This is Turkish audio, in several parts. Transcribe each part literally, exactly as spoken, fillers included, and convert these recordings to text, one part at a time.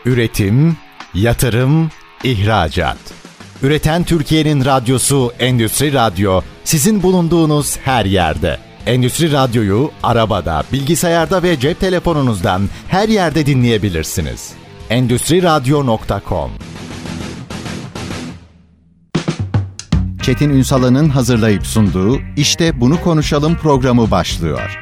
Üretim, yatırım, ihracat. Üreten Türkiye'nin radyosu Endüstri Radyo, sizin bulunduğunuz her yerde. Endüstri Radyo'yu arabada, bilgisayarda ve cep telefonunuzdan her yerde dinleyebilirsiniz. endüstri radyo nokta com. Çetin Ünsal'ın hazırlayıp sunduğu İşte Bunu Konuşalım programı başlıyor.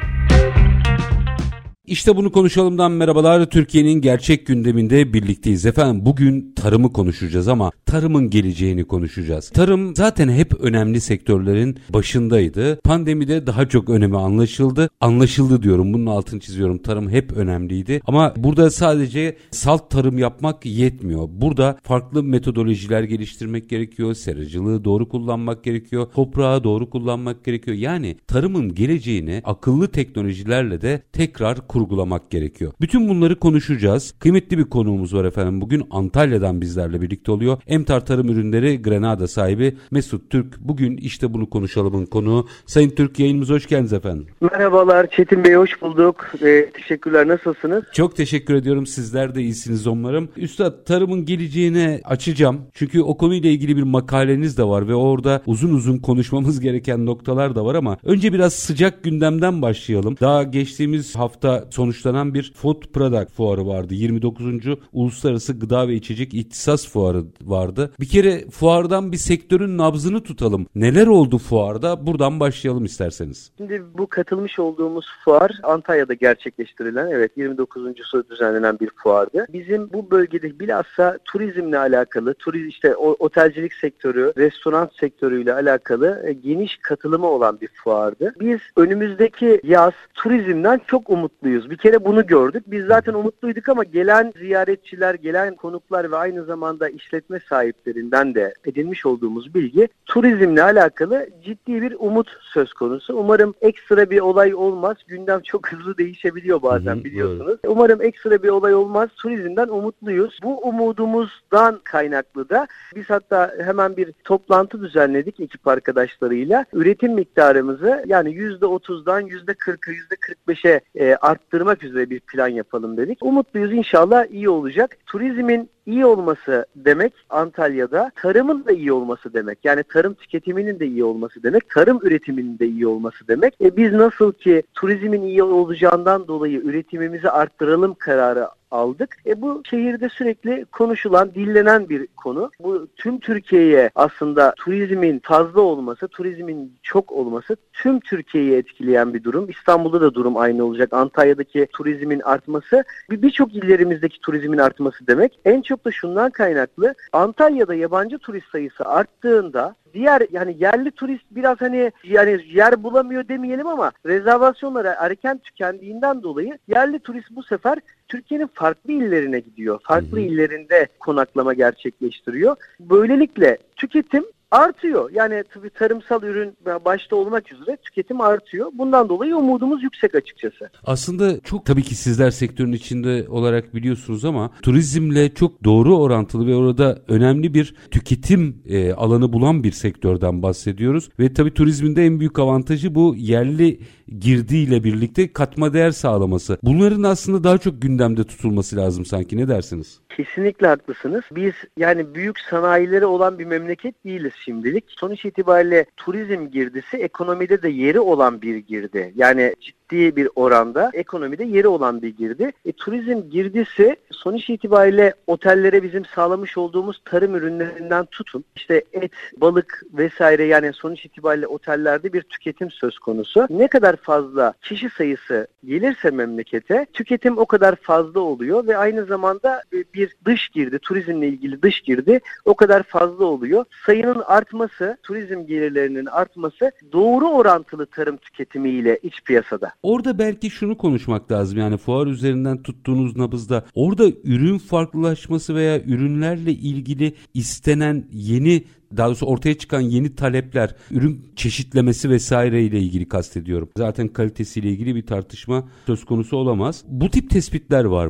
İşte Bunu Konuşalım'dan merhabalar. Türkiye'nin gerçek gündeminde birlikteyiz. Efendim bugün tarımı konuşacağız ama tarımın geleceğini konuşacağız. Tarım zaten hep önemli sektörlerin başındaydı. Pandemide daha çok önemi anlaşıldı. Anlaşıldı diyorum, bunun altını çiziyorum. Tarım hep önemliydi. Ama burada sadece salt tarım yapmak yetmiyor. Burada farklı metodolojiler geliştirmek gerekiyor. Seracılığı doğru kullanmak gerekiyor. Toprağı doğru kullanmak gerekiyor. Yani tarımın geleceğini akıllı teknolojilerle de tekrar kurgulamak gerekiyor. Bütün bunları konuşacağız. Kıymetli bir konuğumuz var efendim. Bugün Antalya'dan bizlerle birlikte oluyor. Emtar Tarım Ürünleri Grenada sahibi Mesut Türk. Bugün işte bunu konuşalımın konuğu. Sayın Türk, yayınımıza hoş geldiniz efendim. Merhabalar Çetin Bey, hoş bulduk. Ee, teşekkürler, nasılsınız? Çok teşekkür ediyorum. Sizler de iyisiniz umarım. Üstad, tarımın geleceğini açacağım. Çünkü o konuyla ilgili bir makaleniz de var ve orada uzun uzun konuşmamız gereken noktalar da var ama önce biraz sıcak gündemden başlayalım. Daha geçtiğimiz hafta sonuçlanan bir Food Product fuarı vardı. yirmi dokuzuncu Uluslararası Gıda ve İçecek İhtisas Fuarı vardı. Bir kere fuardan bir sektörün nabzını tutalım. Neler oldu fuarda? Buradan başlayalım isterseniz. Şimdi bu katılmış olduğumuz fuar Antalya'da gerçekleştirilen, evet yirmi dokuzuncusu düzenlenen bir fuardı. Bizim bu bölgede bilhassa turizmle alakalı, turiz işte o, otelcilik sektörü, restoran sektörüyle alakalı e, geniş katılımı olan bir fuardı. Biz önümüzdeki yaz turizmden çok umutluyuz. Bir kere bunu gördük. Biz zaten umutluyduk ama gelen ziyaretçiler, gelen konuklar ve aynı zamanda işletme sahiplerinden de edinmiş olduğumuz bilgi turizmle alakalı ciddi bir umut söz konusu. Umarım ekstra bir olay olmaz. Gündem çok hızlı değişebiliyor bazen, hı-hı, biliyorsunuz. Evet. Umarım ekstra bir olay olmaz. Turizmden umutluyuz. Bu umudumuzdan kaynaklı da biz hatta hemen bir toplantı düzenledik ekip arkadaşlarıyla. Üretim miktarımızı yani yüzde otuzdan yüzde kırka, yüzde kırk beşe e, arttırmak üzere bir plan yapalım dedik. Umutluyuz, inşallah iyi olacak. Turizmin iyi olması demek Antalya'da tarımın da iyi olması demek. Yani tarım tüketiminin de iyi olması demek. Tarım üretiminin de iyi olması demek. E biz nasıl ki turizmin iyi olacağından dolayı üretimimizi arttıralım kararı aldık. E bu şehirde sürekli konuşulan, dillenen bir konu. Bu tüm Türkiye'ye aslında turizmin fazla olması, turizmin çok olması tüm Türkiye'yi etkileyen bir durum. İstanbul'da da durum aynı olacak. Antalya'daki turizmin artması, birçok illerimizdeki turizmin artması demek. En çok da şundan kaynaklı. Antalya'da yabancı turist sayısı arttığında diğer yani yerli turist biraz hani yani yer bulamıyor demeyelim ama rezervasyonlara erken tükendiğinden dolayı yerli turist bu sefer Türkiye'nin farklı illerine gidiyor. Farklı hı hı. illerinde konaklama gerçekleştiriyor. Böylelikle tüketim artıyor. Yani tabii tarımsal ürün başta olmak üzere tüketim artıyor. Bundan dolayı umudumuz yüksek açıkçası. Aslında çok, tabii ki sizler sektörün içinde olarak biliyorsunuz ama turizmle çok doğru orantılı ve orada önemli bir tüketim e, alanı bulan bir sektörden bahsediyoruz. Ve tabii turizmin de en büyük avantajı bu yerli girdiyle birlikte katma değer sağlaması. Bunların aslında daha çok gündemde tutulması lazım sanki. Ne dersiniz? Kesinlikle haklısınız. Biz yani büyük sanayileri olan bir memleket değiliz şimdilik. Sonuç itibariyle turizm girdisi ekonomide de yeri olan bir girdi. Yani ciddi bir oranda ekonomide yeri olan bir girdi. E, turizm girdisi sonuç itibariyle otellere bizim sağlamış olduğumuz tarım ürünlerinden tutun. İşte et, balık vesaire, yani sonuç itibariyle otellerde bir tüketim söz konusu. Ne kadar fazla kişi sayısı gelirse memlekete tüketim o kadar fazla oluyor ve aynı zamanda bir dış girdi, turizmle ilgili dış girdi o kadar fazla oluyor. Sayının artması, turizm gelirlerinin artması doğru orantılı tarım tüketimiyle iç piyasada. Orada belki şunu konuşmak lazım, yani fuar üzerinden tuttuğunuz nabızda orada ürün farklılaşması veya ürünlerle ilgili istenen yeni, daha doğrusu ortaya çıkan yeni talepler, ürün çeşitlemesi vesaire ile ilgili kastediyorum. Zaten kalitesiyle ilgili bir tartışma söz konusu olamaz. Bu tip tespitler var mı?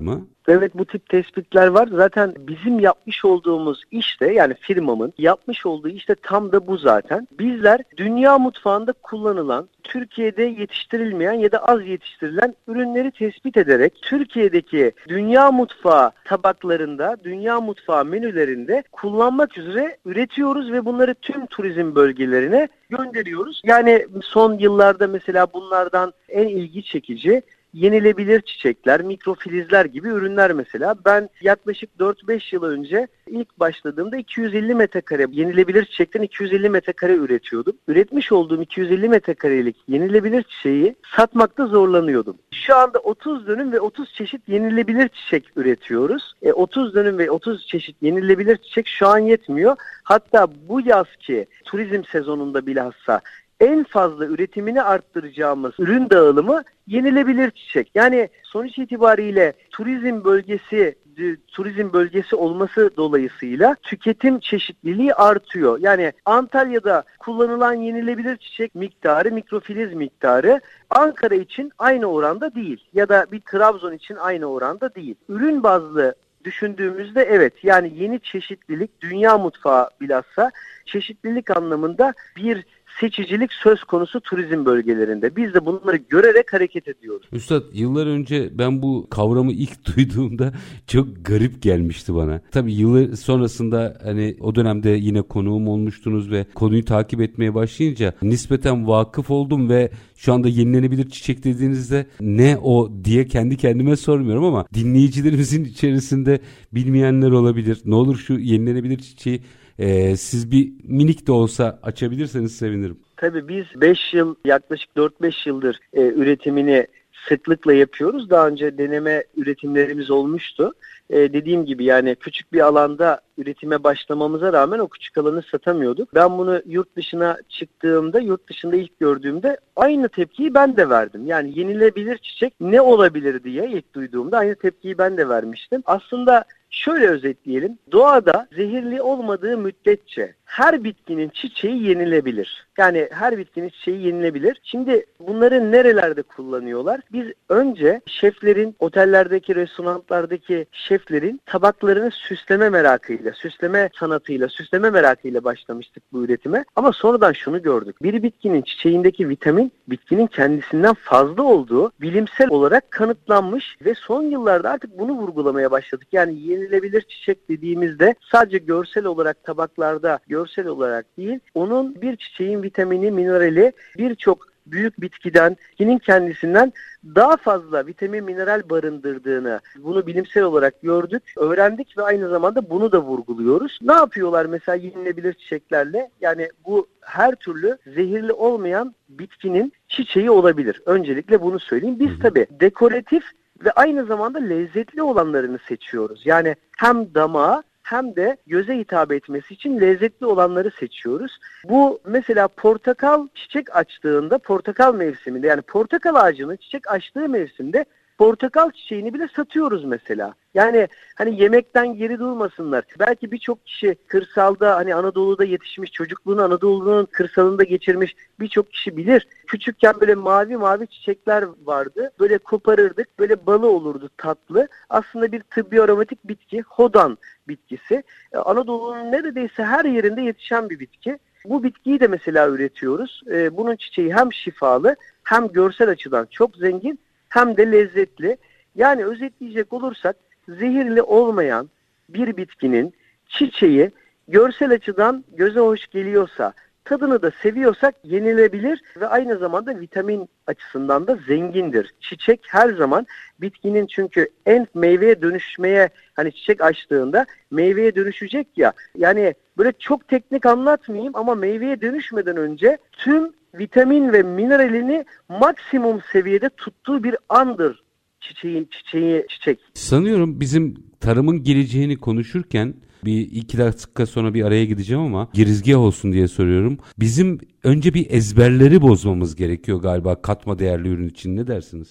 Evet, bu tip tespitler var. Zaten bizim yapmış olduğumuz işte, yani firmamın yapmış olduğu işte tam da bu zaten. Bizler dünya mutfağında kullanılan, Türkiye'de yetiştirilmeyen ya da az yetiştirilen ürünleri tespit ederek Türkiye'deki dünya mutfağı tabaklarında, dünya mutfağı menülerinde kullanmak üzere üretiyoruz ve bunları tüm turizm bölgelerine gönderiyoruz. Yani son yıllarda mesela bunlardan en ilgi çekici yenilebilir çiçekler, mikrofilizler gibi ürünler mesela. Ben yaklaşık dört beş yıl önce ilk başladığımda iki yüz elli metrekare yenilebilir çiçekten iki yüz elli metrekare üretiyordum. Üretmiş olduğum iki yüz elli metrekarelik yenilebilir çiçeği satmakta zorlanıyordum. Şu anda otuz dönüm ve otuz çeşit yenilebilir çiçek üretiyoruz. E, otuz dönüm ve otuz çeşit yenilebilir çiçek şu an yetmiyor. Hatta bu yazki turizm sezonunda bilhassa en fazla üretimini arttıracağımız ürün dağılımı yenilebilir çiçek. Yani sonuç itibariyle turizm bölgesi turizm bölgesi olması dolayısıyla tüketim çeşitliliği artıyor. Yani Antalya'da kullanılan yenilebilir çiçek miktarı, mikrofiliz miktarı Ankara için aynı oranda değil ya da bir Trabzon için aynı oranda değil. Ürün bazlı düşündüğümüzde evet, yani yeni çeşitlilik, dünya mutfağı bilhassa çeşitlilik anlamında bir seçicilik söz konusu turizm bölgelerinde. Biz de bunları görerek hareket ediyoruz. Üstad, yıllar önce ben bu kavramı ilk duyduğumda çok garip gelmişti bana. Tabii yıllar sonrasında hani o dönemde yine konuğum olmuştunuz ve konuyu takip etmeye başlayınca nispeten vakıf oldum ve şu anda yenilenebilir çiçek dediğinizde ne o diye kendi kendime sormuyorum ama dinleyicilerimizin içerisinde bilmeyenler olabilir. Ne olur şu yenilenebilir çiçeği Ee, siz bir minik de olsa açabilirseniz sevinirim. Tabii biz beş yıl, yaklaşık dört beş yıldır e, üretimini sıklıkla yapıyoruz. Daha önce deneme üretimlerimiz olmuştu. E, dediğim gibi yani küçük bir alanda üretime başlamamıza rağmen o küçük alanı satamıyorduk. Ben bunu yurt dışına çıktığımda, yurt dışında ilk gördüğümde aynı tepkiyi ben de verdim. Yani yenilebilir çiçek ne olabilir diye ilk duyduğumda aynı tepkiyi ben de vermiştim. Aslında şöyle özetleyelim. Doğada zehirli olmadığı müddetçe her bitkinin çiçeği yenilebilir. Yani her bitkinin çiçeği yenilebilir. Şimdi bunları nerelerde kullanıyorlar? Biz önce şeflerin, otellerdeki, restoranlardaki şeflerin tabaklarını süsleme merakıyla, süsleme sanatıyla, süsleme merakıyla başlamıştık bu üretime. Ama sonradan şunu gördük. Bir bitkinin çiçeğindeki vitamin, bitkinin kendisinden fazla olduğu bilimsel olarak kanıtlanmış ve son yıllarda artık bunu vurgulamaya başladık. Yani yenilebilir çiçek dediğimizde sadece görsel olarak tabaklarda, görsel olarak değil, onun bir çiçeğin vitamini, minerali birçok büyük bitkiden, bitkinin kendisinden daha fazla vitamin, mineral barındırdığını, bunu bilimsel olarak gördük, öğrendik ve aynı zamanda bunu da vurguluyoruz. Ne yapıyorlar mesela yenilebilir çiçeklerle? Yani bu her türlü zehirli olmayan bitkinin çiçeği olabilir. Öncelikle bunu söyleyeyim. Biz tabii dekoratif ve aynı zamanda lezzetli olanlarını seçiyoruz. Yani hem damağa hem de göze hitap etmesi için lezzetli olanları seçiyoruz. Bu mesela portakal çiçek açtığında, portakal mevsiminde, yani portakal ağacının çiçek açtığı mevsimde portakal çiçeğini bile satıyoruz mesela. Yani hani yemekten geri durmasınlar. Belki birçok kişi kırsalda, hani Anadolu'da yetişmiş, çocukluğunu Anadolu'nun kırsalında geçirmiş birçok kişi bilir. Küçükken böyle mavi mavi çiçekler vardı. Böyle koparırdık, böyle balı olurdu tatlı. Aslında bir tıbbi aromatik bitki, hodan bitkisi. Anadolu'nun neredeyse her yerinde yetişen bir bitki. Bu bitkiyi de mesela üretiyoruz. Bunun çiçeği hem şifalı, hem görsel açıdan çok zengin, hem de lezzetli. Yani özetleyecek olursak zehirli olmayan bir bitkinin çiçeği görsel açıdan göze hoş geliyorsa, tadını da seviyorsak yenilebilir ve aynı zamanda vitamin açısından da zengindir. Çiçek her zaman bitkinin, çünkü en meyveye dönüşmeye, hani çiçek açtığında meyveye dönüşecek ya. Yani böyle çok teknik anlatmayayım ama meyveye dönüşmeden önce tüm vitamin ve mineralini maksimum seviyede tuttuğu bir andır çiçeği, çiçeği, çiçek. Sanıyorum bizim tarımın geleceğini konuşurken bir iki dakika sonra bir araya gideceğim ama girizgah olsun diye soruyorum. Bizim önce bir ezberleri bozmamız gerekiyor galiba katma değerli ürün için. Ne dersiniz?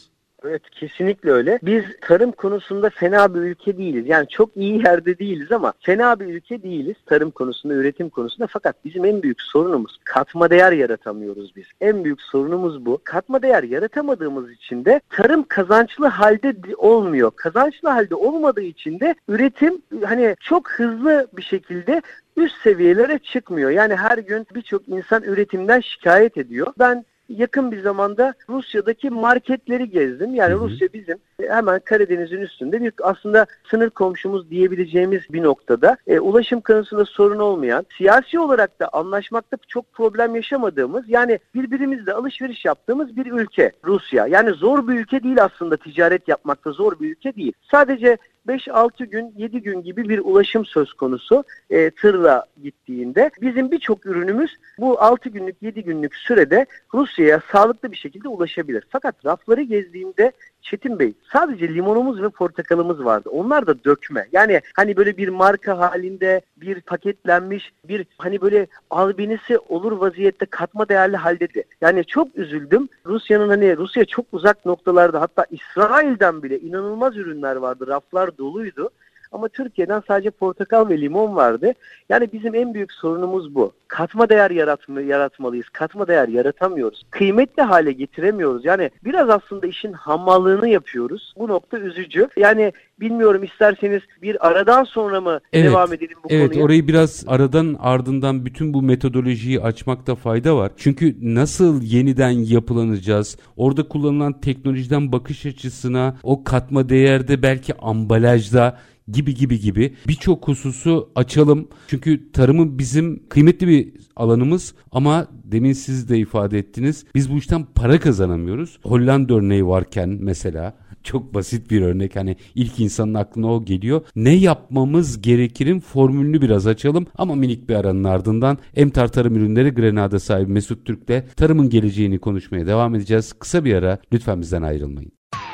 Evet, kesinlikle öyle. Biz tarım konusunda fena bir ülke değiliz. Yani çok iyi yerde değiliz ama fena bir ülke değiliz tarım konusunda, üretim konusunda. Fakat bizim en büyük sorunumuz katma değer yaratamıyoruz biz. En büyük sorunumuz bu. Katma değer yaratamadığımız için de tarım kazançlı halde olmuyor. Kazançlı halde olmadığı için de üretim hani çok hızlı bir şekilde üst seviyelere çıkmıyor. Yani her gün birçok insan üretimden şikayet ediyor. Ben yakın bir zamanda Rusya'daki marketleri gezdim. Yani hı hı. Rusya bizim hemen Karadeniz'in üstünde bir aslında sınır komşumuz diyebileceğimiz bir noktada. E, ulaşım konusunda sorun olmayan, siyasi olarak da anlaşmakta çok problem yaşamadığımız, yani birbirimizle alışveriş yaptığımız bir ülke Rusya. Yani zor bir ülke değil aslında, ticaret yapmakta zor bir ülke değil. Sadece beş altı gün, yedi gün gibi bir ulaşım söz konusu e, tırla gittiğinde. Bizim birçok ürünümüz bu altı günlük, yedi günlük sürede Rusya'ya sağlıklı bir şekilde ulaşabilir. Fakat rafları gezdiğimde Çetin Bey, sadece limonumuz ve portakalımız vardı. Onlar da dökme. Yani hani böyle bir marka halinde, bir paketlenmiş, bir hani böyle albinisi olur vaziyette, katma değerli haldeydi. Yani çok üzüldüm. Rusya'nın hani Rusya çok uzak noktalarda, hatta İsrail'den bile inanılmaz ürünler vardı. Raflar doluydu. Ama Türkiye'den sadece portakal ve limon vardı. Yani bizim en büyük sorunumuz bu. Katma değer yaratma, yaratmalıyız. Katma değer yaratamıyoruz. Kıymetli hale getiremiyoruz. Yani biraz aslında işin hammallığını yapıyoruz. Bu nokta üzücü. Yani bilmiyorum, isterseniz bir aradan sonra mı evet, devam edelim bu evet, konuya? Evet, orayı biraz aradan ardından bütün bu metodolojiyi açmakta fayda var. Çünkü nasıl yeniden yapılanacağız? Orada kullanılan teknolojiden bakış açısına, o katma değerde, belki ambalajda gibi gibi gibi birçok hususu açalım. Çünkü tarımın bizim kıymetli bir alanımız ama demin siz de ifade ettiniz, biz bu işten para kazanamıyoruz. Hollanda örneği varken mesela, çok basit bir örnek, hani ilk insanın aklına o geliyor. Ne yapmamız gerekirin formülünü biraz açalım ama minik bir aranın ardından Emtar Tarım Ürünleri Grenada sahibi Mesut Türk'le tarımın geleceğini konuşmaya devam edeceğiz. Kısa bir ara, lütfen bizden ayrılmayın.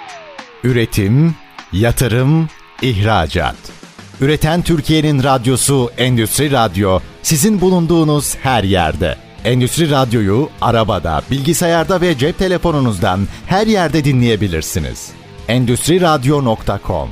Üretim, yatırım, İhracat. Üreten Türkiye'nin radyosu Endüstri Radyo, sizin bulunduğunuz her yerde. Endüstri Radyo'yu arabada, bilgisayarda ve cep telefonunuzdan her yerde dinleyebilirsiniz. endüstri radyo nokta com.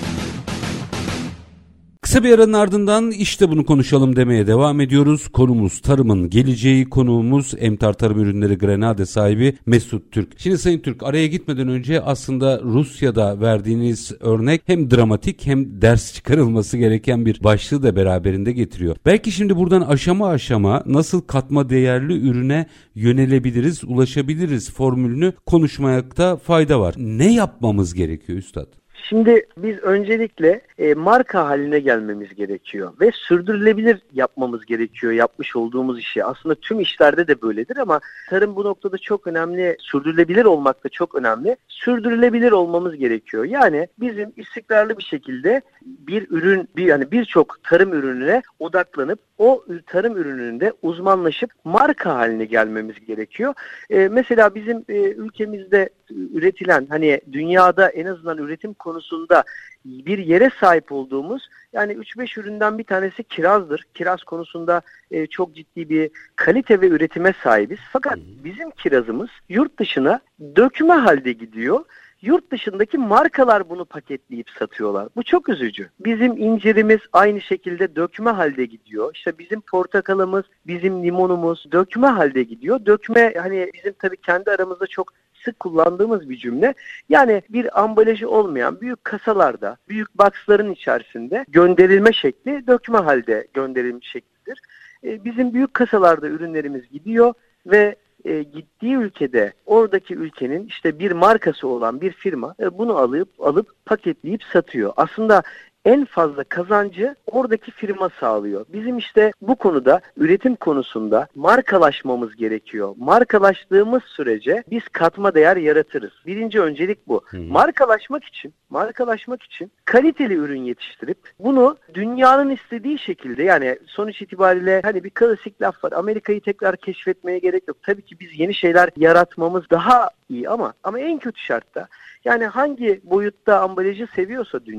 Kısa bir aranın ardından işte bunu konuşalım demeye devam ediyoruz. Konumuz tarımın geleceği, konuğumuz Emtar Tarım Ürünleri Grenada sahibi Mesut Türk. Şimdi Sayın Türk, araya gitmeden önce aslında Rusya'da verdiğiniz örnek hem dramatik hem ders çıkarılması gereken bir başlığı da beraberinde getiriyor. Belki şimdi buradan aşama aşama nasıl katma değerli ürüne yönelebiliriz, ulaşabiliriz formülünü konuşmakta fayda var. Ne yapmamız gerekiyor Üstad? Şimdi biz öncelikle e, marka haline gelmemiz gerekiyor ve sürdürülebilir yapmamız gerekiyor yapmış olduğumuz işi. Aslında tüm işlerde de böyledir ama tarım bu noktada çok önemli, sürdürülebilir olmak da çok önemli. Sürdürülebilir olmamız gerekiyor. Yani bizim istikrarlı bir şekilde bir ürün, bir yani birçok tarım ürününe odaklanıp o tarım ürününde uzmanlaşıp marka haline gelmemiz gerekiyor. E, mesela bizim e, ülkemizde üretilen, hani dünyada en azından üretim konusunda bir yere sahip olduğumuz, yani üç beş üründen bir tanesi kirazdır. Kiraz konusunda e, çok ciddi bir kalite ve üretime sahibiz. Fakat bizim kirazımız yurt dışına dökme halde gidiyor. Yurt dışındaki markalar bunu paketleyip satıyorlar. Bu çok üzücü. Bizim incirimiz aynı şekilde dökme halde gidiyor. İşte bizim portakalımız, bizim limonumuz dökme halde gidiyor. Dökme, hani bizim tabii kendi aramızda çok sık kullandığımız bir cümle. Yani bir ambalajı olmayan büyük kasalarda, büyük boxların içerisinde gönderilme şekli dökme halde gönderilme şeklidir. Ee, bizim büyük kasalarda ürünlerimiz gidiyor ve E, gittiği ülkede, oradaki ülkenin işte bir markası olan bir firma e, bunu alıp alıp paketleyip satıyor. Aslında en fazla kazancı oradaki firma sağlıyor. Bizim işte bu konuda, üretim konusunda markalaşmamız gerekiyor. Markalaştığımız sürece biz katma değer yaratırız. Birinci öncelik bu. Hmm. Markalaşmak için, markalaşmak için kaliteli ürün yetiştirip bunu dünyanın istediği şekilde, yani sonuç itibariyle hani bir klasik laf var. Amerika'yı tekrar keşfetmeye gerek yok. Tabii ki biz yeni şeyler yaratmamız daha iyi ama ama en kötü şartta, yani hangi boyutta ambalajı seviyorsa dünya,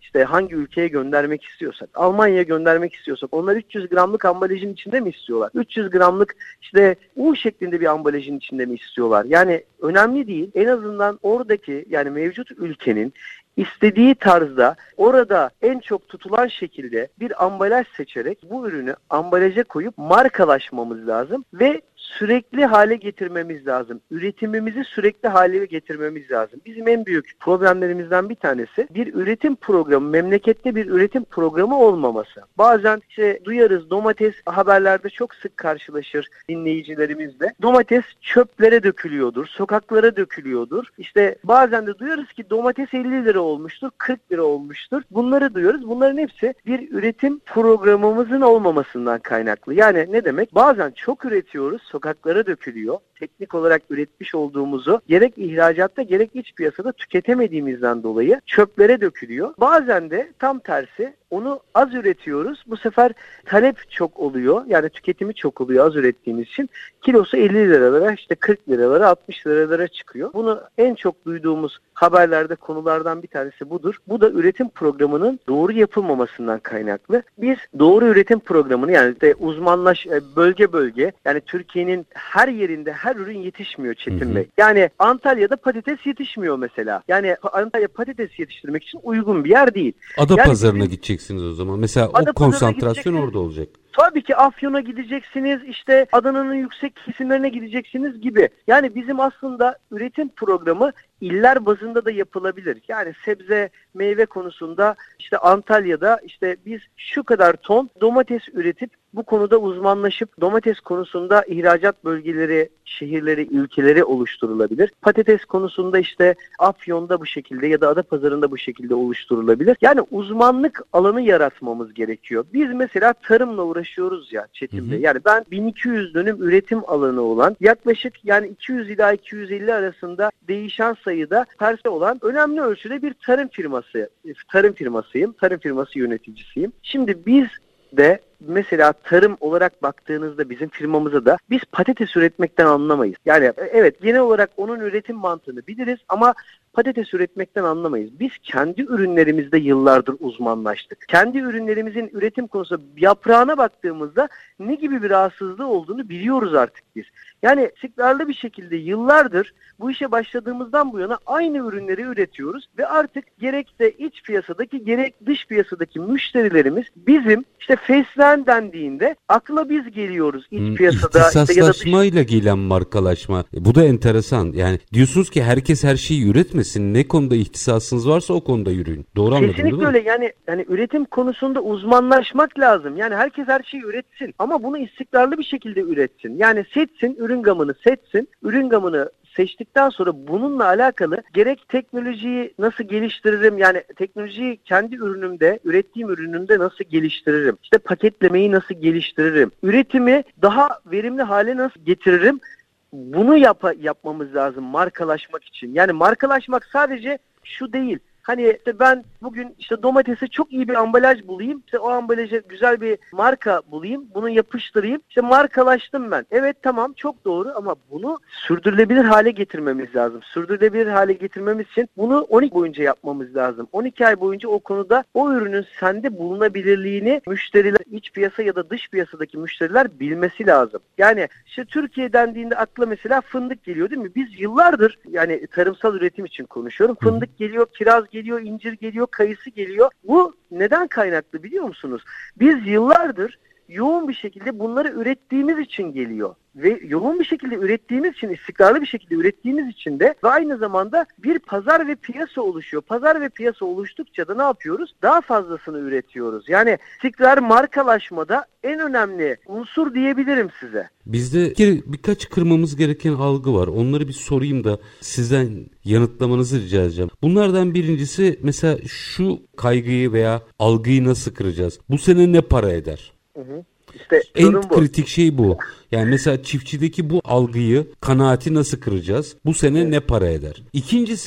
işte hangi ülkeye göndermek istiyorsak, Almanya'ya göndermek istiyorsak onlar üç yüz gramlık ambalajın içinde mi istiyorlar? üç yüz gramlık işte U şeklinde bir ambalajın içinde mi istiyorlar? Yani önemli değil. En azından oradaki yani mevcut ülkenin istediği tarzda orada en çok tutulan şekilde bir ambalaj seçerek bu ürünü ambalaja koyup markalaşmamız lazım ve sürekli hale getirmemiz lazım. Üretimimizi sürekli hale getirmemiz lazım. Bizim en büyük problemlerimizden bir tanesi bir üretim programı, memlekette bir üretim programı olmaması. Bazen işte duyarız, domates haberlerde çok sık karşılaşır dinleyicilerimizle. Domates çöplere dökülüyordur, sokaklara dökülüyordur. İşte bazen de duyarız ki domates elli lira olmuştur, kırk lira olmuştur. Bunları duyuyoruz. Bunların hepsi bir üretim programımızın olmamasından kaynaklı. Yani ne demek? Bazen çok üretiyoruz, sokaklara dökülüyor. Teknik olarak üretmiş olduğumuzu gerek ihracatta gerek iç piyasada tüketemediğimizden dolayı çöplere dökülüyor. Bazen de tam tersi onu az üretiyoruz. Bu sefer talep çok oluyor. Yani tüketimi çok oluyor az ürettiğimiz için. Kilosu elli liralara işte kırk liralara altmış liralara çıkıyor. Bunu en çok duyduğumuz haberlerde konulardan bir tanesi budur. Bu da üretim programının doğru yapılmamasından kaynaklı. Biz doğru üretim programını yani de uzmanlaş bölge bölge yani Türkiye'nin her yerinde her ürün yetişmiyor Çetin Bey. Yani Antalya'da patates yetişmiyor mesela. Yani Antalya patates yetiştirmek için uygun bir yer değil. Adapazarı'na yani gideceksiniz o zaman. Mesela o konsantrasyon orada olacak. Tabii ki Afyon'a gideceksiniz, işte Adana'nın yüksek kesimlerine gideceksiniz gibi. Yani bizim aslında üretim programı iller bazında da yapılabilir. Yani sebze, meyve konusunda işte Antalya'da işte biz şu kadar ton domates üretip bu konuda uzmanlaşıp domates konusunda ihracat bölgeleri, şehirleri, ülkeleri oluşturulabilir. Patates konusunda işte Afyon'da bu şekilde ya da Adapazarı'nda bu şekilde oluşturulabilir. Yani uzmanlık alanı yaratmamız gerekiyor. Biz mesela tarımla uğraşıyoruz ya Çetin Bey. Yani ben bin iki yüz dönüm üretim alanı olan yaklaşık yani iki yüz ila iki yüz elli arasında değişen sayıda tersi olan önemli ölçüde bir tarım firması, tarım firmasıyım. Tarım firması yöneticisiyim. Şimdi biz de mesela tarım olarak baktığınızda bizim firmamıza da biz patates üretmekten anlamayız. Yani evet genel olarak onun üretim mantığını biliriz ama patates üretmekten anlamayız. Biz kendi ürünlerimizde yıllardır uzmanlaştık. Kendi ürünlerimizin üretim konusu yaprağına baktığımızda ne gibi bir rahatsızlığı olduğunu biliyoruz artık biz. Yani istikrarlı bir şekilde yıllardır bu işe başladığımızdan bu yana aynı ürünleri üretiyoruz ve artık gerek de iç piyasadaki gerek dış piyasadaki müşterilerimiz bizim işte fesleğen dendiğinde akla biz geliyoruz iç hmm, piyasada. İhtisaslaşmayla işte ya da dış... gelen markalaşma. E, bu da enteresan. Yani diyorsunuz ki herkes her şeyi üretmesin. Ne konuda ihtisasınız varsa o konuda yürüyün. Doğru anladım değil mi? Kesinlikle öyle. Yani, yani üretim konusunda uzmanlaşmak lazım. Yani herkes her şeyi üretsin ama bunu istikrarlı bir şekilde üretsin. Yani seçsin, ürün gamını seçsin. Ürün gamını seçtikten sonra bununla alakalı gerek teknolojiyi nasıl geliştiririm, yani teknolojiyi kendi ürünümde, ürettiğim ürünümde nasıl geliştiririm, işte paketlemeyi nasıl geliştiririm, üretimi daha verimli hale nasıl getiririm, bunu yap yapmamız lazım markalaşmak için. Yani markalaşmak sadece şu değil. Hani işte ben bugün işte domatese çok iyi bir ambalaj bulayım. İşte o ambalaja güzel bir marka bulayım. Bunu yapıştırayım. İşte markalaştım ben. Evet tamam çok doğru ama bunu sürdürülebilir hale getirmemiz lazım. Sürdürülebilir hale getirmemiz için bunu on iki boyunca yapmamız lazım. on iki ay boyunca o konuda o ürünün sende bulunabilirliğini müşteriler, iç piyasa ya da dış piyasadaki müşteriler bilmesi lazım. Yani işte Türkiye dendiğinde akla mesela fındık geliyor değil mi? Biz yıllardır yani tarımsal üretim için konuşuyorum. Fındık geliyor, kiraz geliyor, incir geliyor, kayısı geliyor. Bu neden kaynaklı biliyor musunuz? Biz yıllardır yoğun bir şekilde bunları ürettiğimiz için geliyor. Ve yoğun bir şekilde ürettiğimiz için, istikrarlı bir şekilde ürettiğimiz için de ve aynı zamanda bir pazar ve piyasa oluşuyor. Pazar ve piyasa oluştukça da ne yapıyoruz? Daha fazlasını üretiyoruz. Yani istikrar markalaşmada en önemli unsur diyebilirim size. Bizde bir, birkaç kırmamız gereken algı var. Onları bir sorayım da sizden yanıtlamanızı rica edeceğim. Bunlardan birincisi mesela şu kaygıyı veya algıyı nasıl kıracağız? Bu sene ne para eder? Hı hı. İşte en bu. kritik şey bu. Yani mesela çiftçideki bu algıyı, kanaati nasıl kıracağız? Bu sene evet. ne para eder? İkincisi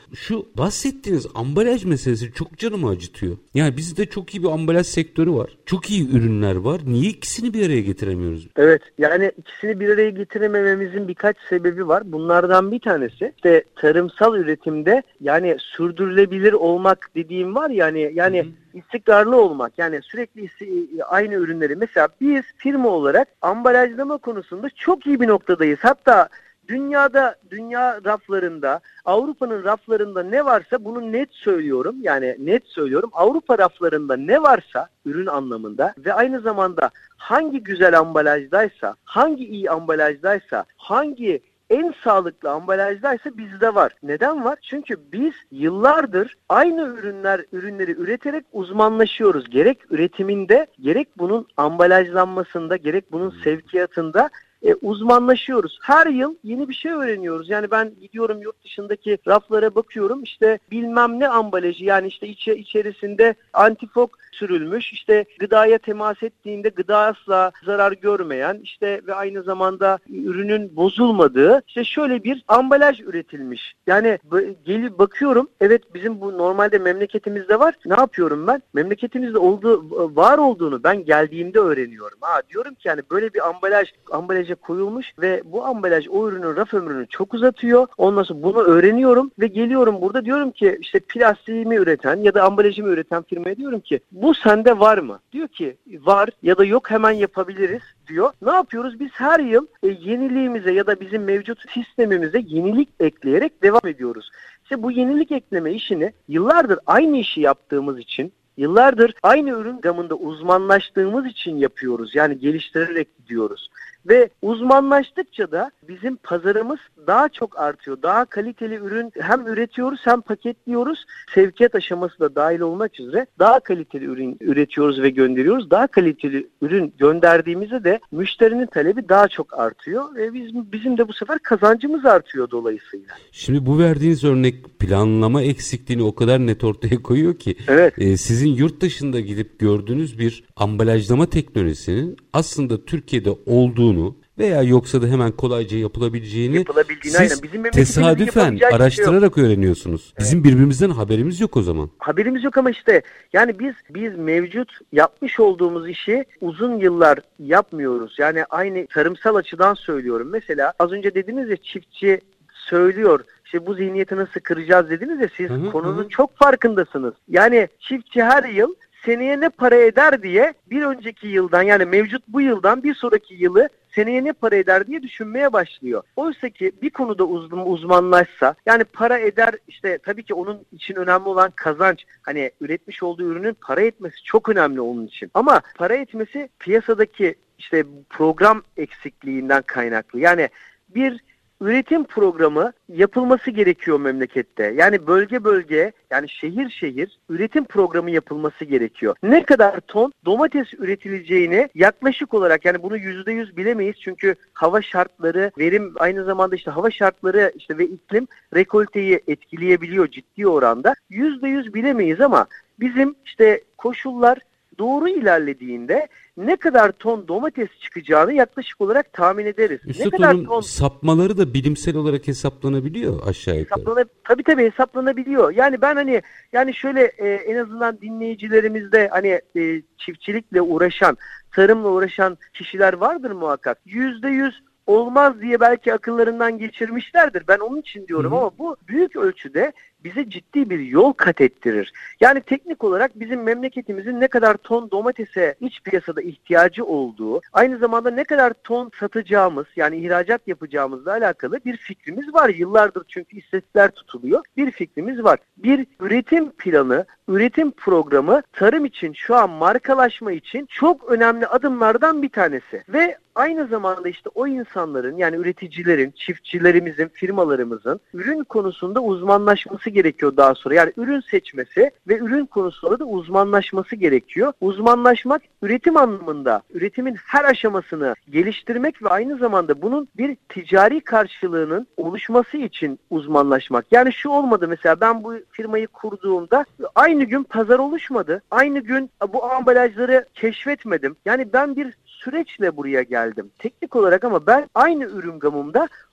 Şu bahsettiğiniz ambalaj meselesi çok canımı acıtıyor. Yani bizde çok iyi bir ambalaj sektörü var. Çok iyi ürünler var. Niye ikisini bir araya getiremiyoruz? Evet, yani ikisini bir araya getiremememizin birkaç sebebi var. Bunlardan bir tanesi işte tarımsal üretimde yani sürdürülebilir olmak dediğim var ya hani yani Hı-hı. istikrarlı olmak, yani sürekli aynı ürünleri. Mesela biz firma olarak ambalajlama konusunda çok iyi bir noktadayız. Hatta dünyada, dünya raflarında, Avrupa'nın raflarında ne varsa bunu net söylüyorum. Yani net söylüyorum. Avrupa raflarında ne varsa ürün anlamında ve aynı zamanda hangi güzel ambalajdaysa, hangi iyi ambalajdaysa, hangi en sağlıklı ambalajdaysa bizde var. Neden var? Çünkü biz yıllardır aynı ürünler ürünleri üreterek uzmanlaşıyoruz. Gerek üretiminde, gerek bunun ambalajlanmasında, gerek bunun sevkiyatında E, uzmanlaşıyoruz. Her yıl yeni bir şey öğreniyoruz. Yani ben gidiyorum yurt dışındaki raflara bakıyorum. İşte bilmem ne ambalajı, yani işte içe, içerisinde antifok sürülmüş. İşte gıdaya temas ettiğinde gıda asla zarar görmeyen, işte ve aynı zamanda ürünün bozulmadığı işte şöyle bir ambalaj üretilmiş. Yani gelip bakıyorum, evet bizim bu normalde memleketimizde var. Ne yapıyorum ben? Memleketimizde olduğu, var olduğunu ben geldiğimde öğreniyorum. Ha diyorum ki yani böyle bir ambalaj ambalaj koyulmuş ve bu ambalaj o ürünün raf ömrünü çok uzatıyor. Ondan sonra bunu öğreniyorum ve geliyorum burada diyorum ki işte plastiğimi üreten ya da ambalajımı üreten firmaya diyorum ki bu sende var mı? Diyor ki var ya da yok, hemen yapabiliriz diyor. Ne yapıyoruz? Biz her yıl e, yeniliğimize ya da bizim mevcut sistemimize yenilik ekleyerek devam ediyoruz. İşte bu yenilik ekleme işini yıllardır aynı işi yaptığımız için, yıllardır aynı ürün gamında uzmanlaştığımız için yapıyoruz. Yani geliştirerek gidiyoruz. Ve uzmanlaştıkça da bizim pazarımız daha çok artıyor. Daha kaliteli ürün hem üretiyoruz hem paketliyoruz. Sevkiyat aşaması da dahil olmak üzere daha kaliteli ürün üretiyoruz ve gönderiyoruz. Daha kaliteli ürün gönderdiğimizde de müşterinin talebi daha çok artıyor. Ve bizim, bizim de bu sefer kazancımız artıyor dolayısıyla. Şimdi bu verdiğiniz örnek planlama eksikliğini o kadar net ortaya koyuyor ki. Evet. E, sizin yurt dışında gidip gördüğünüz bir ambalajlama teknolojisinin aslında Türkiye'de olduğunu veya yoksa da hemen kolayca yapılabileceğini, yapılabildiğini siz aynen. Bizim tesadüfen araştırarak şey öğreniyorsunuz. Evet. Bizim birbirimizden haberimiz yok o zaman. Haberimiz yok ama işte yani biz biz mevcut yapmış olduğumuz işi uzun yıllar yapmıyoruz. Yani aynı tarımsal açıdan söylüyorum. Mesela az önce dediniz ya, çiftçi söylüyor. İşte bu zihniyeti nasıl kıracağız dediniz ya, siz hı-hı, konunun hı. çok farkındasınız. Yani çiftçi her yıl seneye ne para eder diye bir önceki yıldan, yani mevcut bu yıldan bir sonraki yılı seneye ne para eder diye düşünmeye başlıyor. Oysa ki bir konuda uzmanlaşsa, yani para eder, işte tabii ki onun için önemli olan kazanç. Hani üretmiş olduğu ürünün para etmesi çok önemli onun için. Ama para etmesi piyasadaki işte program eksikliğinden kaynaklı. Yani bir üretim programı yapılması gerekiyor memlekette. Yani bölge bölge, yani şehir şehir üretim programı yapılması gerekiyor. Ne kadar ton domates üretileceğini yaklaşık olarak, yani bunu yüzde yüz bilemeyiz çünkü hava şartları, verim, aynı zamanda işte hava şartları işte ve iklim rekolteyi etkileyebiliyor ciddi oranda. Yüzde yüz bilemeyiz ama bizim işte koşullar doğru ilerlediğinde ne kadar ton domates çıkacağını yaklaşık olarak tahmin ederiz. Üstad, ne kadar onun ton sapmaları da bilimsel olarak hesaplanabiliyor aşağı yukarı. Hesaplana, tabii tabii hesaplanabiliyor. Yani ben hani yani şöyle e, en azından dinleyicilerimizde hani e, çiftçilikle uğraşan, tarımla uğraşan kişiler vardır muhakkak. Yüzde yüz olmaz diye belki akıllarından geçirmişlerdir. Ben onun için diyorum, Hı-hı. ama bu büyük ölçüde bize ciddi bir yol kat ettirir. Yani teknik olarak bizim memleketimizin ne kadar ton domatese iç piyasada ihtiyacı olduğu, aynı zamanda ne kadar ton satacağımız, yani ihracat yapacağımızla alakalı bir fikrimiz var. Yıllardır çünkü istatistikler tutuluyor. Bir fikrimiz var. Bir üretim planı, üretim programı tarım için, şu an markalaşma için çok önemli adımlardan bir tanesi. Ve aynı zamanda işte o insanların, yani üreticilerin, çiftçilerimizin, firmalarımızın ürün konusunda uzmanlaşması gerekiyor daha sonra. Yani ürün seçmesi ve ürün konusunda da uzmanlaşması gerekiyor. Uzmanlaşmak üretim anlamında, üretimin her aşamasını geliştirmek ve aynı zamanda bunun bir ticari karşılığının oluşması için uzmanlaşmak. Yani şu olmadı, mesela ben bu firmayı kurduğumda aynı gün pazar oluşmadı. Aynı gün bu ambalajları keşfetmedim. Yani ben bir süreçle buraya geldim teknik olarak, ama ben aynı ürün gamımda